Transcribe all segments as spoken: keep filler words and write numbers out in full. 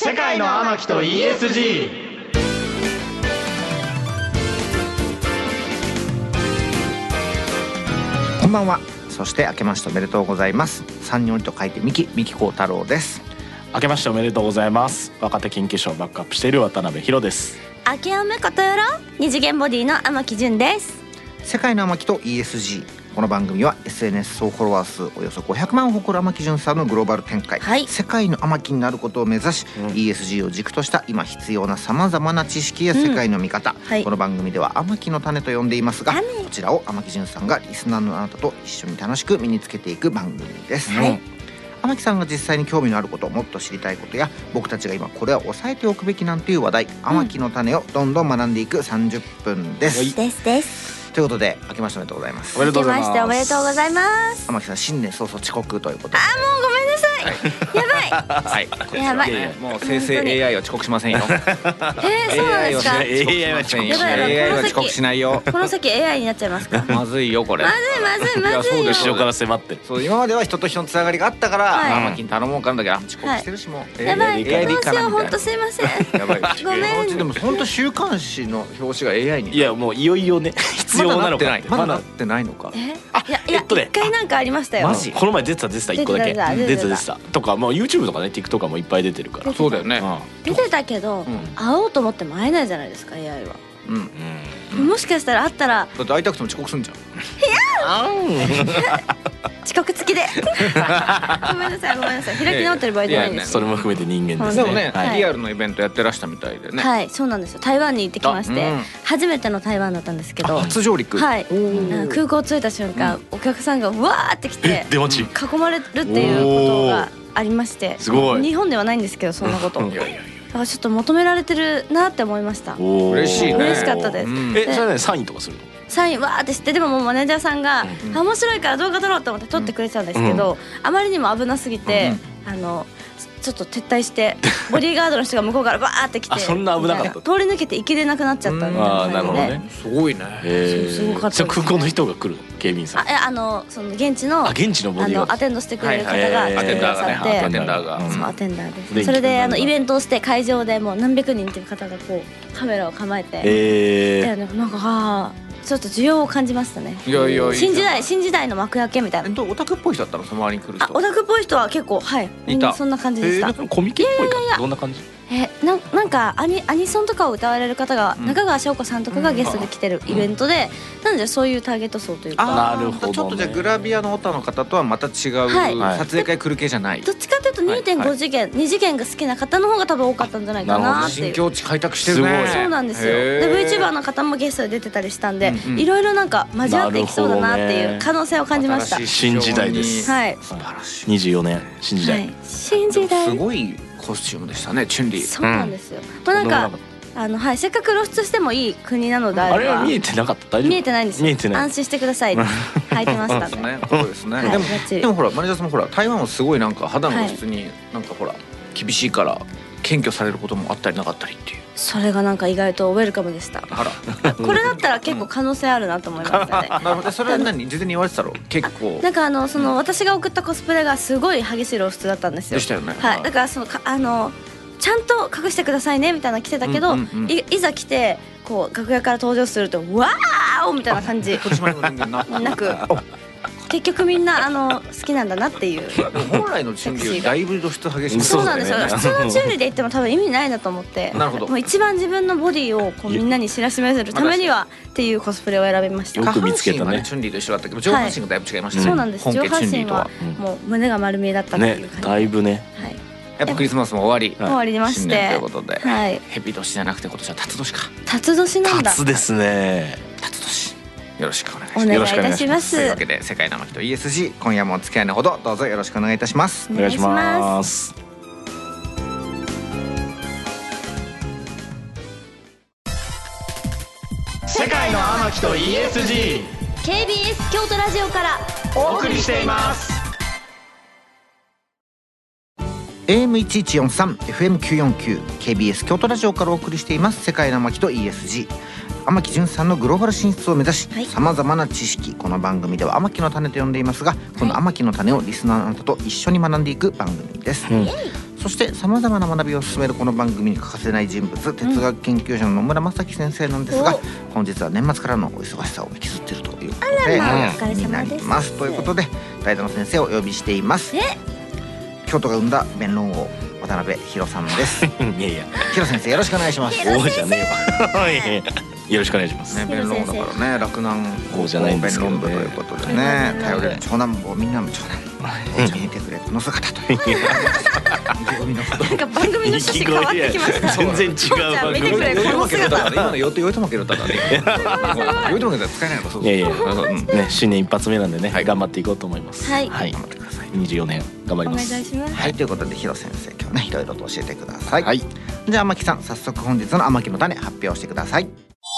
世界の天木と イーエスジー。 こんばんは。そして明けましておめでとうございます。三人と書いてミキ、ミキコウ太郎です。 明けましておめでとうございます。若手研究所をバックアップしている渡辺博です。 明けおめことよろ、二次元ボディの天木純です。 世界の天木と イーエスジー。この番組は エスエヌエス 総フォロワー数およそごひゃくまんを誇る天木純さんのグローバル展開、はい、世界の天木になることを目指し、うん、イーエスジー を軸とした今必要なさまざまな知識や世界の見方、うんはい、この番組では天木の種と呼んでいますが、こちらを天木純さんがリスナーのあなたと一緒に楽しく身につけていく番組です、はい、天木さんが実際に興味のあること、もっと知りたいことや僕たちが今これは押さえておくべきなんていう話題、天木の種をどんどん学んでいくさんじゅっぷんです、 はい、ですですということで明けましておめでとうございます。 おめでとうございます。 明けましておめでとうございます。 天木さん新年早々遅刻ということで、 あーもうごめんなさい、はい、やばい、はい、やばい、 いやいやもう生成 エーアイ は遅刻しませんよ。 えー、そうなんですか。 エーアイ は遅刻しない。 エーアイ は遅刻しないよ。 この先 エーアイ になっちゃいますか。 まずいよこれ。 まずいまずいまずいよ。 いやそうです後ろから迫ってる。 そう今までは人と人のつながりがあったから、 はい、 天木に頼もうかんだけど、遅刻してるしもう、 やばい、 エーアイ でいいかなみたいな。 本当すいません。 やばい。 ごめん。 でも本当週刊誌の表紙が エーアイ に。 いやもういよいよね必要なのか。 まだなってないのか。 えあいやいや一回なんかありましたよ。 マジ。この前出てた出てた一個だけ出てた出てたとか、もう YouTube とかね TikTok もいっぱい出てるから。 そうだよね。 出てたけど会おうと思っても会えないじゃないですか エーアイ は。うん。もしかしたら会ったら。 だって会いたくても遅刻すんじゃん。 遅刻付きで。ごめんなさいごめんなさい。開き直ってる場合じゃないです。 それも含めて人間ですね。 でもねリアルのイベントやってらしたみたいでね。 はいそうなんですよ。台湾に行ってきまして、初めての台湾だったんですけど。 初上陸。 はい。空港着いた瞬間お客さんがわーって来て出待ち囲まれるっていうことがありまして。 すごい。 日本ではないんですけどそんなこと。いやいや。だからちょっと求められてるなって思いました。 嬉しいね。 嬉しかったです。 えそれねサインとかするの？ サインわーってして、でももうマネージャーさんが面白いから動画撮ろうと思って撮ってくれてたんですけど、あまりにも危なすぎてあのちょっと撤退してボディーガードの人が向こうからバーって来て、 そんな危なかった。 通り抜けて行けれなくなっちゃったみたいな感じで。 なるほどね。 すごいね。 すごかった。 空港の人が来る警備員さん。 ああのその現地の現地のボディーガードアテンドしてくれる方がアテンダーがねアテンダーがそうアテンダーです。それであのイベントをして会場でもう何百人っていう方がこうカメラを構えて、でなんかはあ。ちょっと需要を感じましたね。 いやいや新時代新時代の幕開けみたいな。 オタクっぽい人だったのその周りに来る人。 あオタクっぽい人は結構はいみんなそんな感じでした。 コミケっぽいかどんな感じ？ えななんかアニアニソンとかを歌われる方が中川翔子さんとかがゲストで来てるイベントで、なのでそういうターゲット層というか。 なるほど。 ちょっとじゃあグラビアのオタの方とはまた違う撮影会来る系じゃない。 どっちかというと にてんご 次元に次元が好きな方の方が多分多かったんじゃないかなっていう。 新境地開拓してるね。 そうなんですよ。で VTuber の方もゲストで出てたりしたんで、いろいろなんか交わっていきそうだなっていう可能性を感じました。 新時代です。 はい。 素晴らしい。 にじゅうよねん新時代。 新時代。 すごいコスチュームでしたねチュンリー。 そうなんですよ。まあなんかあのはいせっかく露出してもいい国なのであれば。 あれは見えてなかった。大丈夫？見えてないんですよ。安心してください。履いてましたね。 そうですね。でもでもほらマネージャーさんもほら台湾はすごいなんか肌の露出になんかほら厳しいから検挙されることもあったりなかったりっていう。 それがなんか意外とウェルカムでした。 あら。 これだったら結構可能性あるなと思いましたね。 なるほど。それは何事前に言われてたろ。結構。 なんかあのその私が送ったコスプレがすごい激しい露出だったんですよ。 でしたよね。 はい。だからそのあのちゃんと隠してくださいねみたいなの来てたけど、い, いざ来てこう楽屋から登場するとわーおみたいな感じなく結局みんなあの好きなんだなっていう。 本来のチュンリーよりだいぶ露出激しい。 そうなんですよ。普通のチュンリーで言っても多分意味ないなと思って、 なるほど。 もう一番自分のボディをこうみんなに知らしめるためにはっていうコスプレを選びました。 よく見つけたね。 チュンリーと一緒だったけど上半身がだいぶ違いましたね。 そうなんです。上半身はもう胸が丸見えだったっていう感じ。 だいぶね。 はい。 やっぱクリスマスも終わり、 終わりまして、 新年ということで、 はい、 ヘビ年じゃなくて今年は辰年か。 辰年なんだ。 辰ですね。 辰年。よろしくお願いします。 お願いいたします。 というわけで世界の天木と イーエスジー 今夜もお付き合いのほどどうぞよろしくお願いいたします。 お願いします。 世界の天木と イーエスジーケービーエス 京都ラジオからお送りしています。 エーエムいちいちよんさん エフエムきゅうよんきゅう ケービーエス 京都ラジオからお送りしています世界の天木と イーエスジー。天木純さんのグローバル進出を目指しさまざまな知識、この番組では天木の種と呼んでいますが、この天木の種をリスナーのあなたと一緒に学んでいく番組です、うん、 そしてさまざまな学びを進めるこの番組に欠かせない人物、哲学研究者の野村正樹先生なんですが、本日は年末からのお忙しさを引きずっているということで、になりますということで代打の先生をお呼びしています。京都が生んだ弁論王渡辺博さんです。いやいや、博先生よろしくお願いします。 王じゃねえわ。よろしくお願いします。 ね、弁論だからね、洛南王じゃないんですけどね。 弁論部ということでね、頼れる長男坊、みんなの長男坊、ちゃん見てくれこの姿という。意気込みのこと。なんか番組の趣旨変わってきました。 全然違う番組。見てくれこの姿。 今のよってよいとまけるただね。よいとまけたら使えないのかそう。いやいや、 ね、新年一発目なんでね、頑張っていこうと思います。 はい。 頑張ってください。にじゅうよねん頑張ります。 お願いします。 はい、ということで広先生、今日ねいろいろと教えてください。 はい。 じゃあ天木さん、早速本日の天木の種発表してください。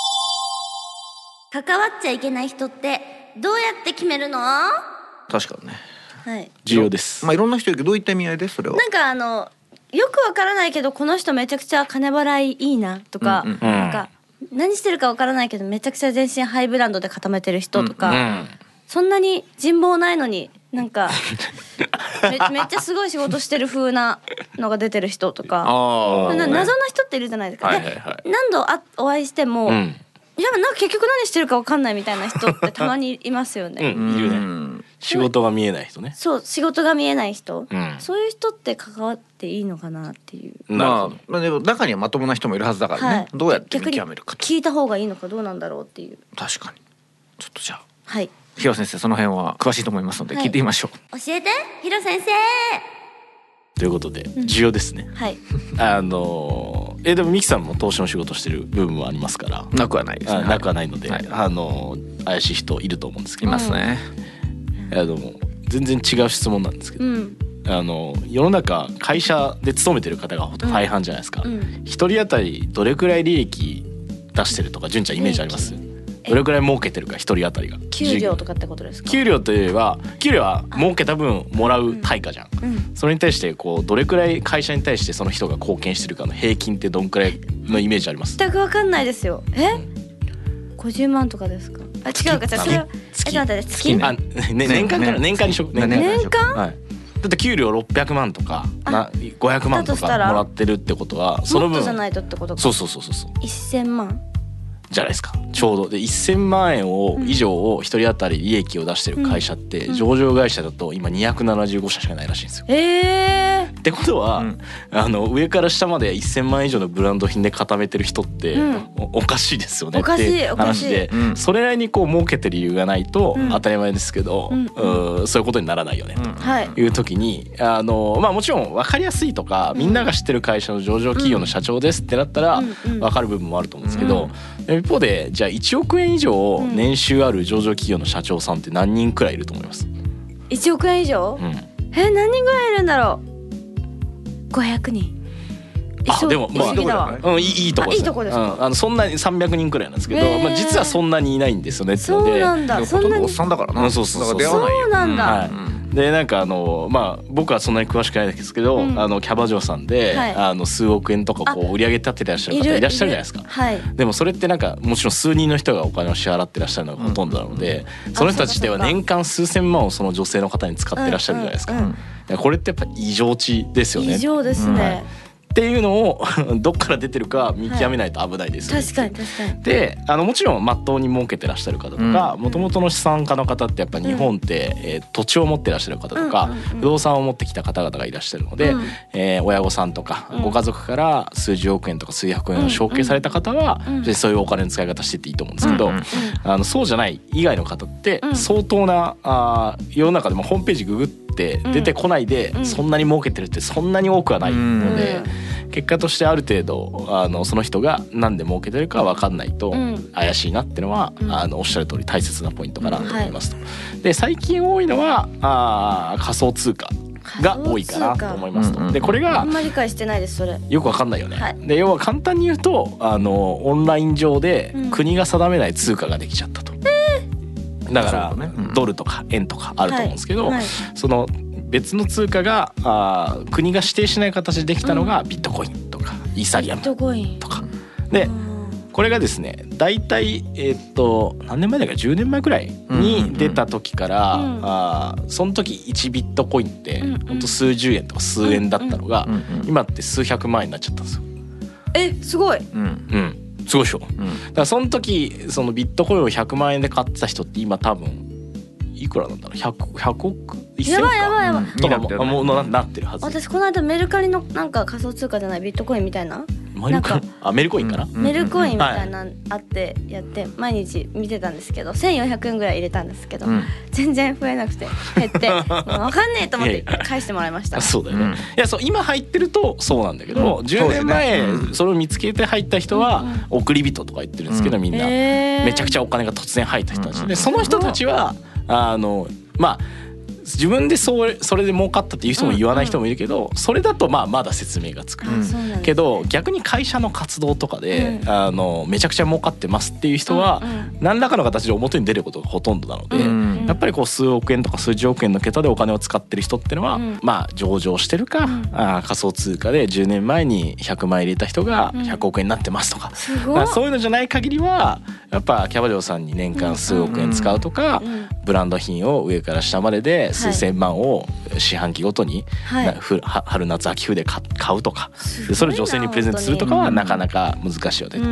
関わっちゃいけない人ってどうやって決めるの？ 確かにね。はい。 重要です。 まあいろんな人いるけど、どういった意味合いでそれは？ なんかあのよくわからないけどこの人めちゃくちゃ金払いいいなとか、うんうん、なんか何してるかわからないけどめちゃくちゃ全身ハイブランドで固めてる人とか、うんうん、そんなに人望ないのになんか め, めっちゃすごい仕事してる風なのが出てる人とか、あ、ね、謎な人っているじゃないですか。はいはいはい、何度あお会いしても、うん、いやなんか結局何してるか分かんないみたいな人ってたまにいますよね。 うん、いるね。仕事が見えない人ね。 そう、仕事が見えない人、うん、そういう人って関わっていいのかなっていう。 まあ、まあ、でも中にはまともな人もいるはずだからね、はい、どうやって見極めるかと。 聞いた方がいいのかどうなんだろうっていう。 確かに。ちょっとじゃあ、 はい、 広先生その辺は詳しいと思いますので聞いてみましょう。 はい、教えて広先生。 ということで重要ですね。 うん、はい。 あのえでもミキさんも投資の仕事してる部分はありますからなくはないですね。 なくはないので、はい、あの怪しい人いると思うんですけど。 いますね。 いやでも全然違う質問なんですけど、うん、あの世の中会社で勤めてる方が大半じゃないですか。一、うん、人当たりどれくらい利益出してるとか純ちゃんイメージあります？どれくらい儲けてるか一人当たりが。 給料とかってことですか？ 給料といえば給料は儲けた分もらう対価じゃん、うんうん、それに対してこうどれくらい会社に対してその人が貢献してるかの平均ってどんくらいのイメージあります？ 全く分かんないですよ。え、ごじゅうまんとかですか？あ、違うか。じゃあそれは月、え、待って、月、あ、ね、 年間から年間にしょ年間、年間、 はい、だって給料ろっぴゃくまんとかなごひゃくまんとかもらってるってことはその分もっとじゃないとってことか。 そうそうそうそう、 せんまんじゃないですか。ちょうどでせんまんえんを以上を一人当たり利益を出してる会社って上場会社だと今にひゃくななじゅうごしゃしかないらしいんですよ。 えー、ってことは、うん、あの上から下までせんまん以上のブランド品で固めてる人って、うん、お, おかしいですよねっていう話で、うん、それなりにこう儲けてる理由がないと当たり前ですけど、うんうん、そういうことにならないよねという時に、あの、まあ、もちろん分かりやすいとか、みんなが知ってる会社の上場企業の社長ですってなったら分かる部分もあると思うんですけど、一方でじゃあいちおくえん以上年収ある上場企業の社長さんって何人くらいいると思います？ いちおくえん以上、うん、え、何人ぐらいいるんだろう。ごひゃくにん。 あ、でもまあ、うん、いい、いいとこです。いいとこですか。うん、あのそんなにさんびゃくにんくらいなんですけど、まあ実はそんなにいないんですよねってので。 そうなんだ。 そんなにおっさんだからな。 そうそうそう。 そうなんだ。 はい。でなんかあのまあ僕はそんなに詳しくないですけど、うん、あのキャバ嬢さんで、はい、あの数億円とかこう売り上げ立ててらっしゃる方いらっしゃるじゃないですか。 はい、 でもそれってなんかもちろん数人の人がお金を支払ってらっしゃるのがほとんどなので、うん、その人たちでは年間数千万をその女性の方に使ってらっしゃるじゃないですか。うんうんうん、これってやっぱ異常値ですよね。 異常ですね。はいっていうのをどっから出てるか見極めないと危ないですよね。 はい、確かに確かに。 であのもちろんまっとうに儲けてらっしゃる方とかもともとの資産家の方ってやっぱ日本って、うんえー、土地を持ってらっしゃる方とか、うん、不動産を持ってきた方々がいらっしゃるので、うんえー、親御さんとか、うん、ご家族から数十億円とか数百円を承継された方は、うん、そういうお金の使い方してっていいと思うんですけど、うん、あのそうじゃない以外の方って相当なあ世の中でもホームページググって出てこないで、うん、そんなに儲けてるってそんなに多くはないので、うん、結果としてある程度あのその人が何で儲けてるか分かんないと怪しいなっていうのは、うん、あのおっしゃる通り大切なポイントかなと思いますと、うんはい、で最近多いのはあ仮想通貨が多いかなと思いますと。でこれがあんまり理解してないですそれ。 よくわかんないよね。はい、で要は簡単に言うとあのオンライン上で国が定めない通貨ができちゃったと。うん、だから、ねうん、ドルとか円とかあると思うんですけど、はいはい、その別の通貨があ国が指定しない形でできたのがビットコインとかイーサリアムとかで。 これがですねだいたいえー、っと何年前だかじゅうねんまえくらいに出た時から、うんうんうん、あその時いちビットコインってほんと数十円とか数円だったのが、うんうん、今って数百万円になっちゃったんですよ。 えすごい、 うんうんすごいでしょ、うん、だからその時そのビットコインをひゃくまんえんで買ってた人って今多分いくらなんだろう ひゃく, ひゃくおくいっせんおくやばいやばいやばいとかも、もう な, なってるはず。 私この間メルカリのなんか仮想通貨じゃないビットコインみたいななんかあメルコインかな、 メルコインみたいなあってやって毎日見てたんですけどせんよんひゃくえんぐらい入れたんですけど、うん、全然増えなくて減ってもう分かんねえと思って返してもらいました。 そうだよね、うん、いやそう今入ってるとそうなんだけど、うん、じゅうねんまえそれを見つけて入った人は送り人とか言ってるんですけど、みんなめちゃくちゃお金が突然入った人たちで、その人たちはあのまあ自分でそれ、それで儲かったっていう人も言わない人もいるけど、うんうん、それだとまあまだ説明がつく、うん、けど逆に会社の活動とかで、うん、あのめちゃくちゃ儲かってますっていう人は、うんうん、何らかの形で表に出ることがほとんどなので、うんうん、やっぱりこう数億円とか数十億円の桁でお金を使ってる人っていうのは、うん、まあ上場してるか、うん、あ仮想通貨でじゅうねんまえにひゃくまん入れた人がひゃくおくえんになってますとか、うん、そういうのじゃない限りはやっぱキャバ嬢さんに年間数億円使うとか、うんうん、ブランド品を上から下までで数千万を四半期ごとに、はい、春夏秋冬で買うとかでそれを女性にプレゼントするとかはなかなか難しいよね、うん、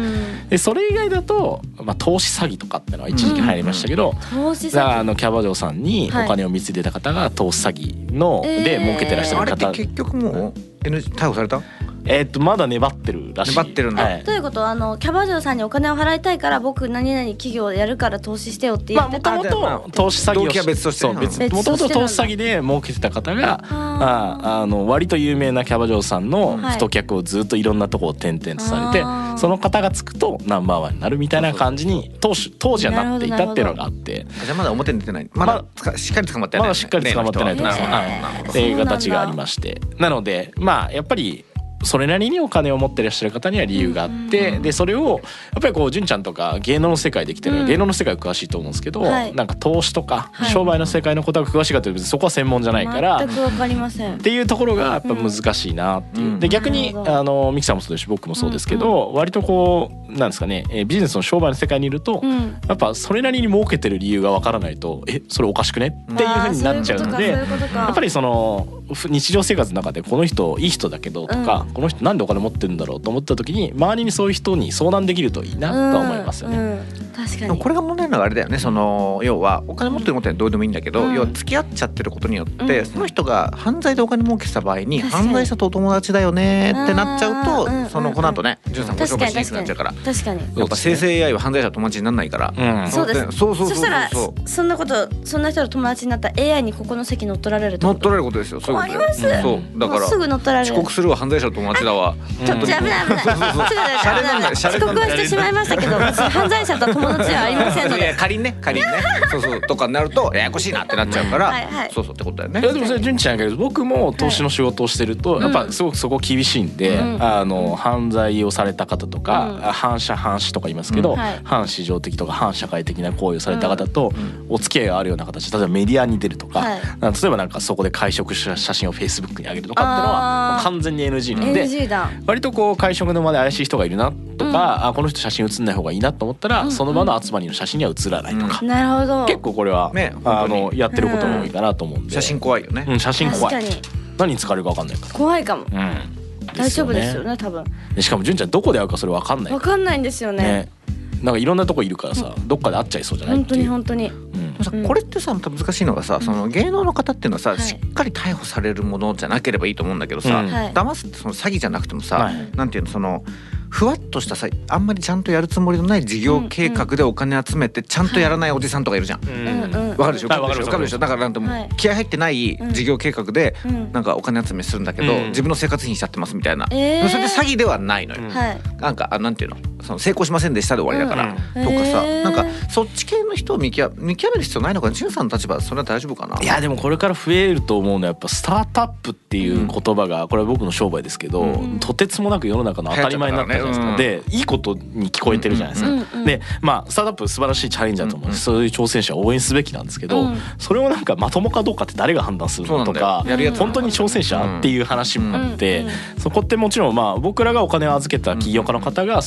でそれ以外だと、まあ、投資詐欺とかってのは一時期入りましたけど、うんうん、投資詐欺あのキャバ嬢さんにお金を見つけた方が投資詐欺の、はい、で儲けてらっしゃる方、 あれって結局もう N 逮捕された？ えー、っとまだ粘ってるらしい。 粘ってるんだ、 はい、 ということはあのキャバ嬢さんにお金を払いたいから僕何々企業やるから投資してよって言ってた。 もともと投資詐欺を動機は別として、 もともと投資詐欺で儲けてた方があああの割と有名なキャバ嬢さんの太客をずっといろんなところを転々とされて、はい、その方がつくとナンバーワンになるみたいな感じに当時当時はなっていたっていうのがあって、 じゃあまだ表に出てない、まだしっかり捕まってない、 まだしっかり捕まってないと思います。っていう形がありまして、なのでまあやっぱりそれなりにお金を持っていらっしゃる方には理由があって、うん、でそれをやっぱりこう純ちゃんとか芸能の世界で生きてる、うん、芸能の世界は詳しいと思うんですけど、はい、なんか投資とか商売の世界のことが詳しいかというとそこは専門じゃないから全く分かりませんっていうところがやっぱ難しいなっていう、うん、で逆にあのミキさんもそうですし僕もそうですけど、うん、割とこうなんですかねビジネスの商売の世界にいると、うん、やっぱそれなりに儲けてる理由が分からないとえそれおかしくねっていうふうになっちゃうので、やっぱりその日常生活の中でこの人いい人だけどとか、うん、この人なんでお金持ってるんだろうと思った時に周りにそういう人に相談できるといいなと思いますよね、うんうん、 確かにこれが問題なのがあれだよね、その要はお金持ってる持ってないどうでもいいんだけど、うん、要は付き合っちゃってることによって、うん、その人が犯罪でお金儲けした場合に犯罪者とお友達だよねってなっちゃうと、うん、そのこの後ねジュンさんご紹介しにくくなっちゃうから、 確かにやっぱ生成 エーアイ は犯罪者と友達にならないから、 うん、そうです。そうそうそうそう。そしたらそんなことそんな人と友達になったら エーアイ にここの席乗っ取られると乗っ取られることですよ。そういうことです。そうだからすぐ乗っ取られる。 遅刻するは犯罪者と友達だわ。 ちょっと危ない危ない。遅刻はしてしまいましたけど犯罪者と友達ではありませんので。 仮にね仮にねそうそうとかになるとややこしいなってなっちゃうからそうそうってことだよね。 いやでもそれ純ちゃんやけど僕も投資の仕事をしてるとやっぱすごくそこ厳しいんで、あの犯罪をされた方とか反社反視とか言いますけど、反市場的とか反社会的な行為をされた方とお付き合いがあるような形、例えばメディアに出るとか、はい、例えばなんかそこで会食した写真をフェイスブックに上げるとかっていうのは完全に エヌジー なのでエヌジー だ割とこう会食の場で怪しい人がいるなとか、うん、あこの人写真写んない方がいいなと思ったら、うん、その場の集まりの写真には写らないとか、 うん、なるほど。 結構これは、ね、あのやってることも多いかなと思うんで、うん、 写真怖いよね、 うん、写真怖い。何に使われるか分かんないから怖いかも、うん、大丈夫ですよね多分。 でしかも純ちゃんどこで会うかそれ分かんない分かんないんですよ ね, ねなんかいろんなとこいるからさ、うん、どっかで会っちゃいそうじゃないっていう。 本当に本当に、 うん、これってさ難しいのがさ、その芸能の方っていうのはさ、はい、しっかり逮捕されるものじゃなければいいと思うんだけどさ、うん、騙すってその詐欺じゃなくてもさ、はい、なんていうのそのふわっとしたさあんまりちゃんとやるつもりのない事業計画でお金集めてちゃんとやらないおじさんとかいるじゃん。わ、うんうん、かるでしょ。わかるでしょ。だからなんてもう気合入ってない事業計画でなんかお金集めするんだけど、うん、自分の生活費にしちゃってますみたいな、えー、それで詐欺ではないのよ、うん、なんかあなんていうのその成功しませんでしたで終わりだから、うん、とかさ、えー、なんかそっち系の人を見極見極める必要ないのかな。ジュンさんの立場それは大丈夫かな。 いやでもこれから増えると思うのはやっぱスタートアップっていう言葉がこれは僕の商売ですけど、うん、とてつもなく世の中の当たり前になったじゃないですか、ねうん、でいいことに聞こえてるじゃないですか、うんうん、でまあスタートアップ素晴らしいチャレンジだと思う、うん、そういう挑戦者を応援すべきなんですけど、うん、それをなんかまともかどうかって誰が判断するのとか本当に挑戦者っていう話もあって、うんうん、そこってもちろんまあ僕らがお金を預けた起業家の方がそういうのやっちゃ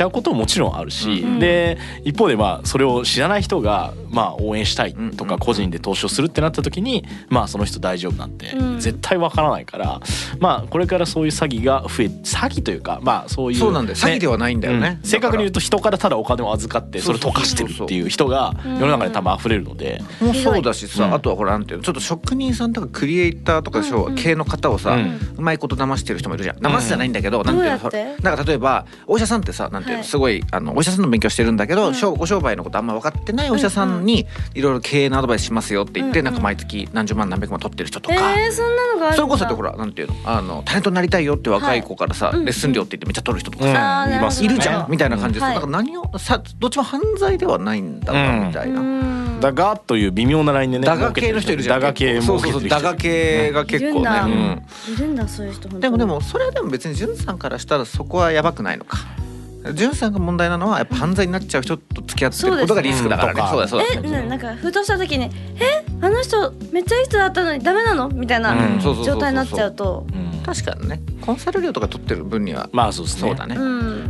ちゃうことももちろんあるし、 うん、 で一方でまあそれを知らない人がまあ応援したいとか個人で投資をするってなった時にまあその人大丈夫なんて絶対わからないから、まあこれからそういう詐欺が増え詐欺というかまあそういう、ね、 そうなんだよ詐欺ではないんだよね、 うん、正確に言うと人からただお金を預かってそれを溶かしてるっていう人が世の中に多分溢れるので、 もうそうだしさ、 うん、 あとはほらなんていうのちょっと職人さんとかクリエイターとかでしょ、うん、系の方をさ、うん、うまいこと騙してる人もいるじゃん。騙すじゃないんだけど、うん、なんていうのなんか例えばお医者さんってさなんていうのすごいあのお医者さんの勉強してるんだけど、うん、ご商売のことあんま分かってないお医者さんにいろいろ経営のアドバイスしますよって言って、うん、なんか毎月何十万何百万取ってる人とか、 えー、そんなのがあるんだ。 それこそってほらなんていうのあのタレントになりたいよって若い子からさ、はい、レッスン料って言ってめっちゃ取る人とかさ、うん、いるじゃんみたいな感じです、はい、だから何をさどっちも犯罪ではないんだなみたいな、うん、 だがという微妙なラインでねダガ系の人いるじゃん。 ダガ系もそうそうそうダガ系が結構ね、 うん、いるんだそういう人。 でもでもそれはでも別にジュンさんからしたらそこはやばくないのか。ジュンさんが問題なのはやっぱ犯罪になっちゃう人と付き合ってることがリスクだからね。そうだそうだ。 え、なんかふとした時にえあの人めっちゃいい人だったのにダメなのみたいな状態になっちゃうと、 確かにねコンサル料とか取ってる分にはまあそうですね。 そうだね、うん、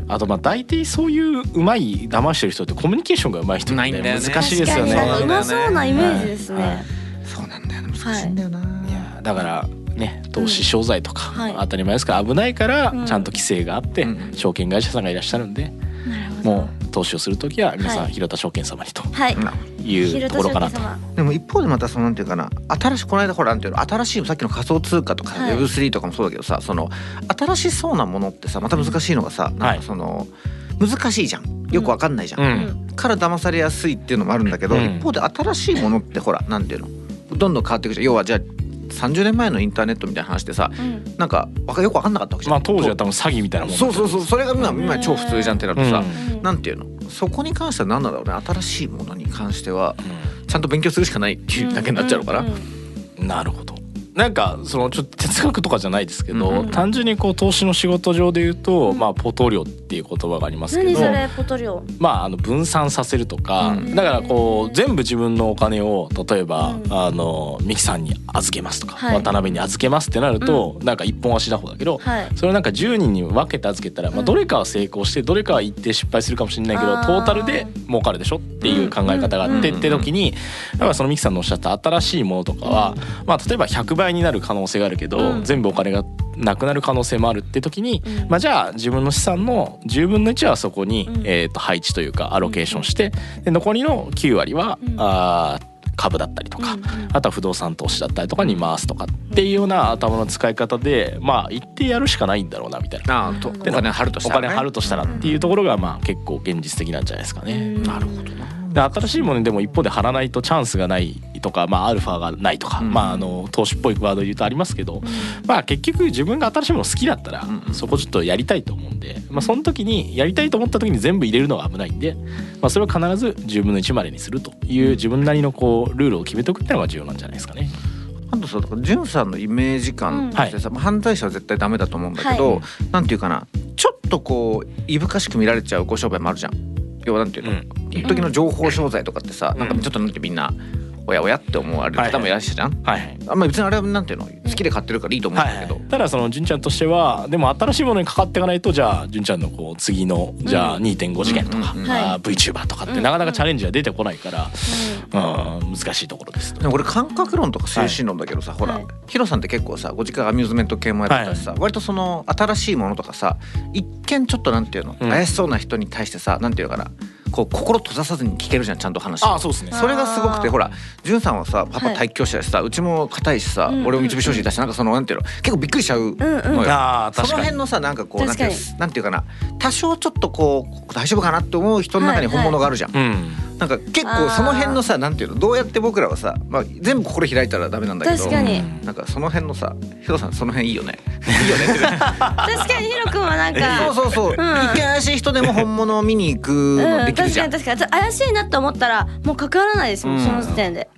あとまあ大体そういううまい騙してる人ってコミュニケーションがうまい人って難しいですよね。 うまそうなイメージですね、はいはい、 そうなんだよね難しいんだよな、はい、 いやだからね、投資商材とか、うん、当たり前ですから危ないからちゃんと規制があって、うん、証券会社さんがいらっしゃるんで、うん、もう投資をするときは皆さん、はい、広田証券様にというところかなと。 でも一方でまたそのなんていうかな新しいこの間ほらなんていうの新しいさっきの仮想通貨とか、はい、ウェブスリー とかもそうだけどさその新しそうなものってさまた難しいのがさ、うん、なんかその、はい、難しいじゃんよくわかんないじゃん、うん、から騙されやすいっていうのもあるんだけど、うん、一方で新しいものってほらなんていうのどんどん変わっていくじゃん。要はじゃあさんじゅうねんまえのインターネットみたいな話でさ、うん、なんかよく分かんなかったわけじゃん。 まあ当時は多分詐欺みたいなもんだそうそうそうそれが今、うん、今超普通じゃんってなるとさ、うん、なんていうのそこに関しては何なんだろうね。新しいものに関しては、うん、ちゃんと勉強するしかないっていうだけになっちゃうのかな、うんうんうん、なるほど。なんかそのちょっと哲学とかじゃないですけど、うんうん、単純にこう投資の仕事上で言うと、うん、まあポトリオっていう言葉がありますけど、 何それポトリオ。 まああの分散させるとか、うん、だからこう全部自分のお金を例えば、うん、あのミキさんに預けますとか、はい、渡辺に預けますってなると、うん、なんか一本足打法だけど、はい、それをなんかじゅうにんに分けて預けたら、まあどれかは成功してどれかは一定失敗するかもしれないけど、トータルで儲かるでしょっていう考え方があって、って時にだからそのミキさんのおっしゃった新しいものとかは、まあ例えばひゃくばいになる可能性があるけど、うん、全部お金がなくなる可能性もあるって時に、うんまあ、じゃあ自分の資産のじゅうぶんのいちはそこに、うんえー、と配置というかアロケーションして、で残りのきゅうわりは、うん、あ株だったりとか、うん、あとは不動産投資だったりとかに回すとかっていうような頭の使い方で、まあ一定やるしかないんだろうなみたいな。 あとお金張るとしたら、ね、 お金張るとしたらっていうところがまあ結構現実的なんじゃないですかね。 うん、なるほどな。 で新しいものでも一方で張らないとチャンスがないとか、まあ、アルファがないとか、うんまあ、あの投資っぽいワードで言うとありますけど、うんまあ、結局自分が新しいもの好きだったら、うん、そこちょっとやりたいと思うんで、まあ、その時にやりたいと思った時に全部入れるのが危ないんで、まあ、それを必ずじゅうぶんのいちまでにするという自分なりのこうルールを決めておくっていうのが重要なんじゃないですかね。 あとさジュンさんのイメージ感としてさ、うん、犯罪者は絶対ダメだと思うんだけど、はい、なんていうかなちょっとこういぶかしく見られちゃうご商売もあるじゃん。要はなんていうの、うん、一時の情報商材とかってさ、うん、なんかちょっとなんてみんなおやおやって思われる方もいらっしゃるじゃん、はいはい、あんまり別にあれはなんていうの好きで買ってるからいいと思うんだけど、はいはい、 ただその純ちゃんとしてはでも新しいものにかかっていかないとじゃあ純ちゃんのこう次のじゃあ にてんご 次元とか、うんうんうん、あ VTuber とかってなかなかチャレンジが出てこないから、うんうん、難しいところです。 でもこれ感覚論とか精神論だけどさ、はい、ほら、はい、ヒロさんって結構さご実家がアミューズメント系もやってたしさ、はい、割とその新しいものとかさ一見ちょっとなんていうの、うん、怪しそうな人に対してさなんていうのかなこう心閉ざさずに聞けるじゃんちゃんと話。 ああそうですね。 それがすごくてほらジュンさんはさパパ体教師だしさ、はい、うちも硬いしさ、うん、俺も三菱商事だしなんかそのなんていうの結構びっくりしちゃうのよ、うんうん、あ確かにその辺のさなんかこうなんていうなんていうかな多少ちょっとこう大丈夫かなって思う人の中に本物があるじゃん、はいはいうん、なんか結構その辺のさなんていうのどうやって僕らはさ、まあ、全部心開いたらダメなんだけど確かになんかその辺のさヒロさんその辺いいよねいいよねって確かにヒロ君はなんかそうそうそう、うん、一見怪しい人でも本物を見に行くのできるじゃん、 うん、確かに確かに怪しいなと思ったらもう関わらないですもん、うん、その時点で、 まあ、半分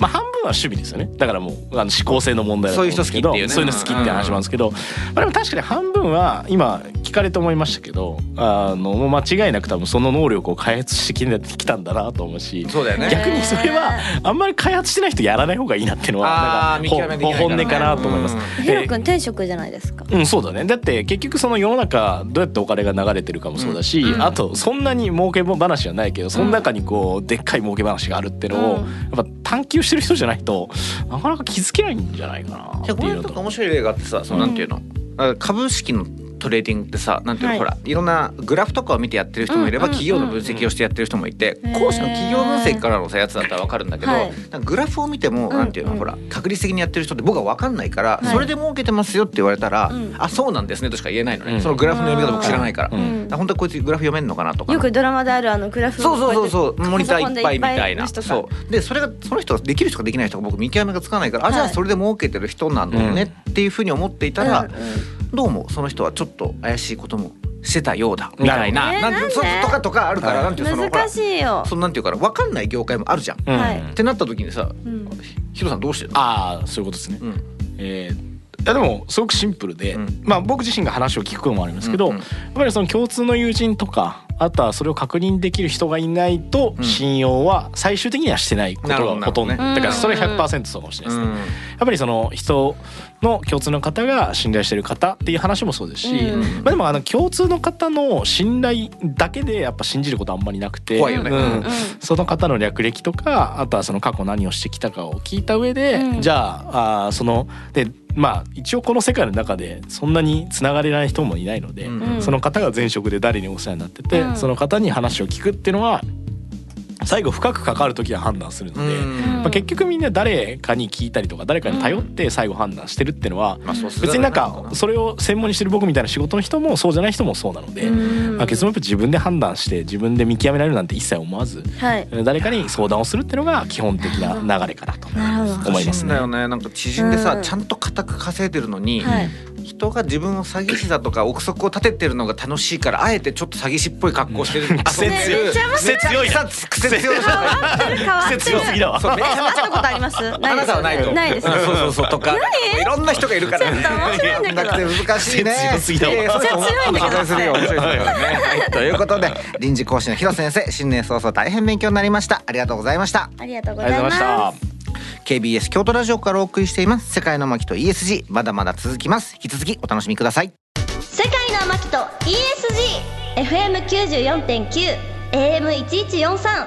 は趣味ですよね。だからもうあの思考性の問題だと思うんですけど、そういう人好きっていうね、そういうの好きって話なんですけど、まあ、でも確かに半分は今聞かれて思いましたけど、あのもう間違いなく多分その能力を開発してきたんだなと思うし、 そうだよね、 逆にそれはあんまり開発してない人やらない方がいいなっていうのはなんか本音かなと思います。 ヒロ君転職じゃないですか。 うん、そうだね。だって結局その世の中どうやってお金が流れてるかもそうだし、うん、あとそんなに儲け話はないけど、その中にこうでっかい儲け話があるっていうのをやっぱ探求してる人じゃないとなかなか気づけないんじゃないかなっていうのと。 これとか面白い例があってさ、そのなんていうの、うん、株式のトレーディングってさ、なんていうの、はい、ほらいろんなグラフとかを見てやってる人もいれば、うん、企業の分析をしてやってる人もいて、うん、後者の企業分析からのさやつだったら分かるんだけど、はい、なんかグラフを見ても、うん、なんていうの、ほら確率的にやってる人って僕は分かんないから、はい、それで儲けてますよって言われたら、うん、あそうなんですねとしか言えないのね、うん、そのグラフの読み方僕知らないから、うん、本当はこいつグラフ読めんのかなとか、 よくドラマであるあのグラフをそうそうそうそうモニターいっぱいみたいな、そうでそれがその人ができる人ができない人が僕見極めがつかないから、はい、あじゃあそれで儲けてる人なんだよねっていうふうに思っていたら、うんうん、どうもその人はちょっと怪しいこともしてたようだみたいな、なんてとかとかあるから、なんていうその難しいよ、 そのなんていうから分かんない業界もあるじゃん、はい、ってなった時にさ、うん、ヒロさんどうしてるの？ ああそういうことですね、うん、えーいやでもすごくシンプルで、うん、まあ僕自身が話を聞くこともありますけど、うんうん、やっぱりその共通の友人とか、あとはそれを確認できる人がいないと信用は最終的にはしてないことがほとんど、だからそれ ひゃくパーセント そうかもしれないですね、うん、やっぱりその人の共通の方が信頼してる方っていう話もそうですし、うん、まあ、でもあの共通の方の信頼だけでやっぱ信じることあんまりなくて、 怖いよね、うん、 その方の略歴とか、あとはその過去何をしてきたかを聞いた上で、うん、じゃあ、あそのでまあ一応この世界の中でそんなにつながれない人もいないので、うん、その方が前職で誰にお世話になってて、うん、その方に話を聞くっていうのは最後深く関わる時は判断するので、まあ、結局みんな誰かに聞いたりとか誰かに頼って最後判断してるっていうのは、別になんかそれを専門にしてる僕みたいな仕事の人もそうじゃない人もそうなので、まあ、結論やっぱ自分で判断して自分で見極められるなんて一切思わず、はい、誰かに相談をするっていうのが基本的な流れかなと思いますね。 だよね、なんか知人でさ、ちゃんと固く稼いでるのに、はい、人が自分を詐欺師だとか憶測を立ててるのが楽しいから、あえてちょっと詐欺師っぽい格好してる、 癖強い癖強いな癖強い癖強すぎだわ。 そうめっちゃ会ったことあります？ あなたはないと。 ないです。 そうそうそうとか、いろんな人がいるから。 ちょっと面白いんだけど。 難しいね。 強すぎだわ。 めっちゃ強いんだけど。 面白いですね。ということで臨時講師の広瀬先生、新年早々大変勉強になりました。ありがとうございました。 ありがとうございました。 ケービーエス 京都ラジオからお送りしています世界の巻と イーエスジー、まだまだ続きます。引き続きお楽しみください。 世界の巻と イーエスジー エフエムきゅうじゅうよんてんきゅう エーエムいちいちよんさん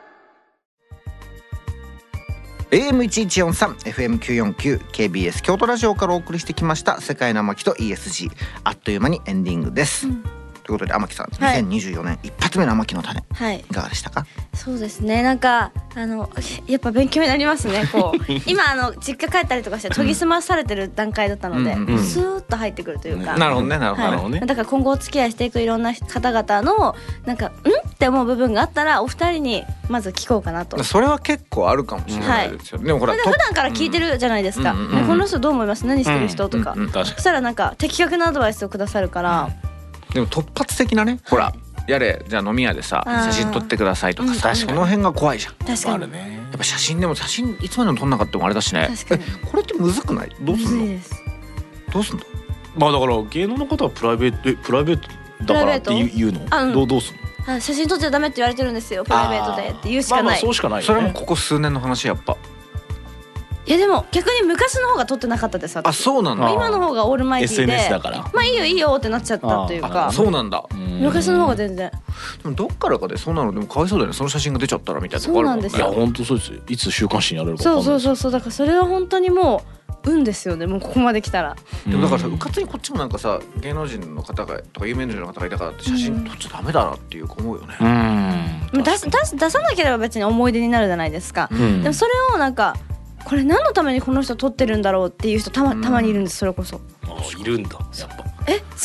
エーエムいちいちよんさん エフエムきゅうよんきゅう ケービーエス 京都ラジオからお送りしてきました世界の巻と イーエスジー、 あっという間にエンディングです、うん、ということで天木さん、はい、にせんにじゅうよねん一発目の天木の種、はい、いかがでしたか？ そうですね、なんかあのやっぱ勉強になりますね。こう今あの実家帰ったりとかして研ぎ澄まされてる段階だったので、うんうん、スーッと入ってくるというか、 うん、なるほどねなるほどね、 はい、だから今後お付き合いしていくいろんな方々のなんかんって思う部分があったらお二人にまず聞こうかなと。 それは結構あるかもしれないですよ、はい、でもほら普段から聞いてるじゃないですか、うんうんうん、この人どう思います、何してる人とか、うんうんうん、そしたらなんか的確なアドバイスをくださるから、 うん、でも突発的なね、ほら、はい、やれじゃあ飲み屋でさ写真撮ってくださいとかさ、うん、その辺が怖いじゃん。 確かに、 あるね、やっぱ写真でも写真いつまでも撮んなかったもあれだしね。確かにこれってむずくない？どうすんの？どうすんの？ まあだから芸能の方はプライベートプライベートだからって言うの？うん、どうどうすんの？ 写真撮っちゃダメって言われてるんですよ、プライベートでって言うしかない。 まあまあそうしかないよね。 それもここ数年の話やっぱ。 いやでも逆に昔の方が撮ってなかったです。 あ、そうなんだ。 今の方がオールマイティーでエスエヌエス だからまあいいよいいよってなっちゃったというか。 そうなんだ。 昔の方が全然。 でもどっからかでそうなのでもかわいそうだよね、その写真が出ちゃったらみたいなとこあるもんね。 いや本当そうですよ、いつ週刊誌にやれるか分かんない。そうそうそう、だからそれは本当にもう運ですよね、もうここまで来たら。 でもだからさ、うかつにこっちもなんかさ、芸能人の方がとか有名人の方がいたからって写真撮っちゃダメだなっていう思うよね。 うん、 出す出す出さなければ別に思い出になるじゃないですか、うん、でもそれをなんかこれ何のためにこの人撮ってるんだろうっていう人たま、たまにいるんです。それこそあいるんだやっぱ。 えそんなに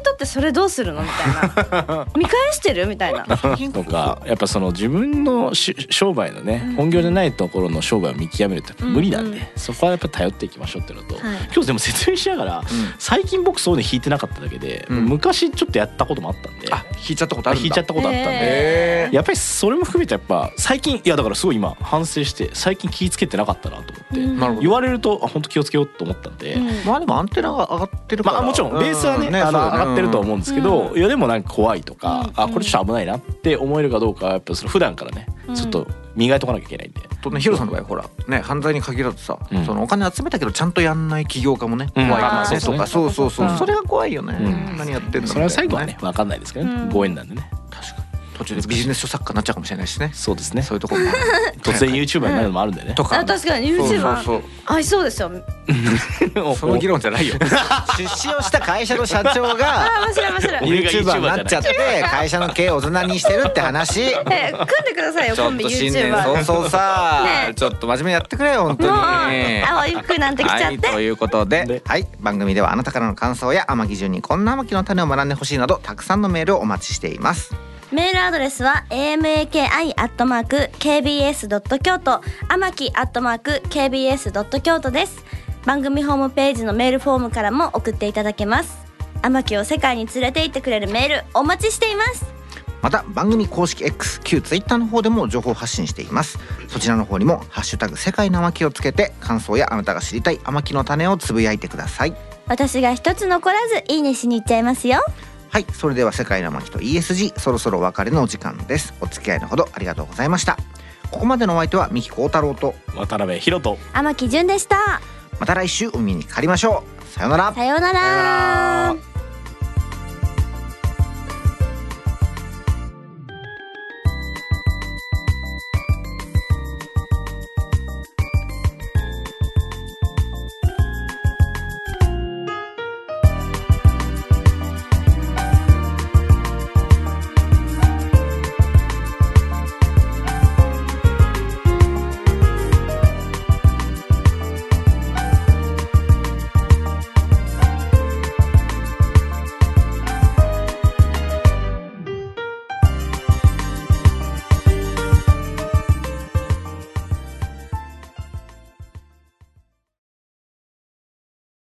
人ってそれどうするのみたいな見返してるみたいなとかやっぱその自分のし商売のね本業じゃないところの商売を見極めるって無理なんで、うんうん、そこはやっぱ頼っていきましょうっていうのと、はい、今日でも説明しながら、うん、最近僕そういうの弾いてなかっただけで、うん、昔ちょっとやったこともあったんで、 あ弾いちゃったことあるんだ。 弾いちゃったことあったんでやっぱりそれも含めてやっぱ最近いやだからすごい今反省して最近気ぃつけてなかったなと思って、うん、言われるとあ本当気をつけようと思ったんで、うん、 まあでもアンテナが上がってるから、 まあ、もちろんベースはね、うん、ねあの上がってるとは思うんですけど、うん、いやでもなんか怖いとか、うん、あこれちょっと危ないなって思えるかどうかはやっぱその普段からね、うん、ちょっと磨いとかなきゃいけないんで。 とねヒロさんの場合ほらね犯罪に限らずさ、うん、そのお金集めたけどちゃんとやんない起業家もね怖いからね、うん、とかそうそうそう、うん、それが怖いよね、うん、何やってんのみたいなね。 それは最後はね分かんないですけどね、うん、ご縁なんでね。 確かに途中でビジネス書作家になっちゃうかもしれないしね。 そうですね。 そういうところも突然 YouTuber になるのもあるんでね。 とか、 ね、確かに YouTuber 合いそうですよ。 その議論じゃないよ。出資をした会社の社長が YouTuber になっちゃって会社の経営をおざなにしてるって話。 え組んでくださいよコンビ YouTuber。 そうそうさ、ね、ちょっと真面目にやってくれよ本当に。 青い服なんて着ちゃって。はい、 ということで、はい、番組ではあなたからの感想や天城順にこんな天城の種を学んでほしいなどたくさんのメールをお待ちしています。 メールアドレスは エーエムエーケーアイ アットマーク ケービーエス ドット 京都天城 アットマーク ケービーエス ドット 京都です。番組ホームページのメールフォームからも送っていただけます。天城を世界に連れて行ってくれるメールお待ちしています。 また番組公式 X 旧 Twitter の方でも情報発信しています。そちらの方にもハッシュタグ世界の天城をつけて感想やあなたが知りたい天城の種をつぶやいてください。 私が一つ残らずいいねしに行っちゃいますよ。 はい、それでは世界の天城と イーエスジー そろそろお別れのお時間です。お付き合いのほどありがとうございました。ここまでのお相手は三木幸太郎と渡辺博人天城純でした。 また来週お耳にかかりましょう。さようなら。 さようなら。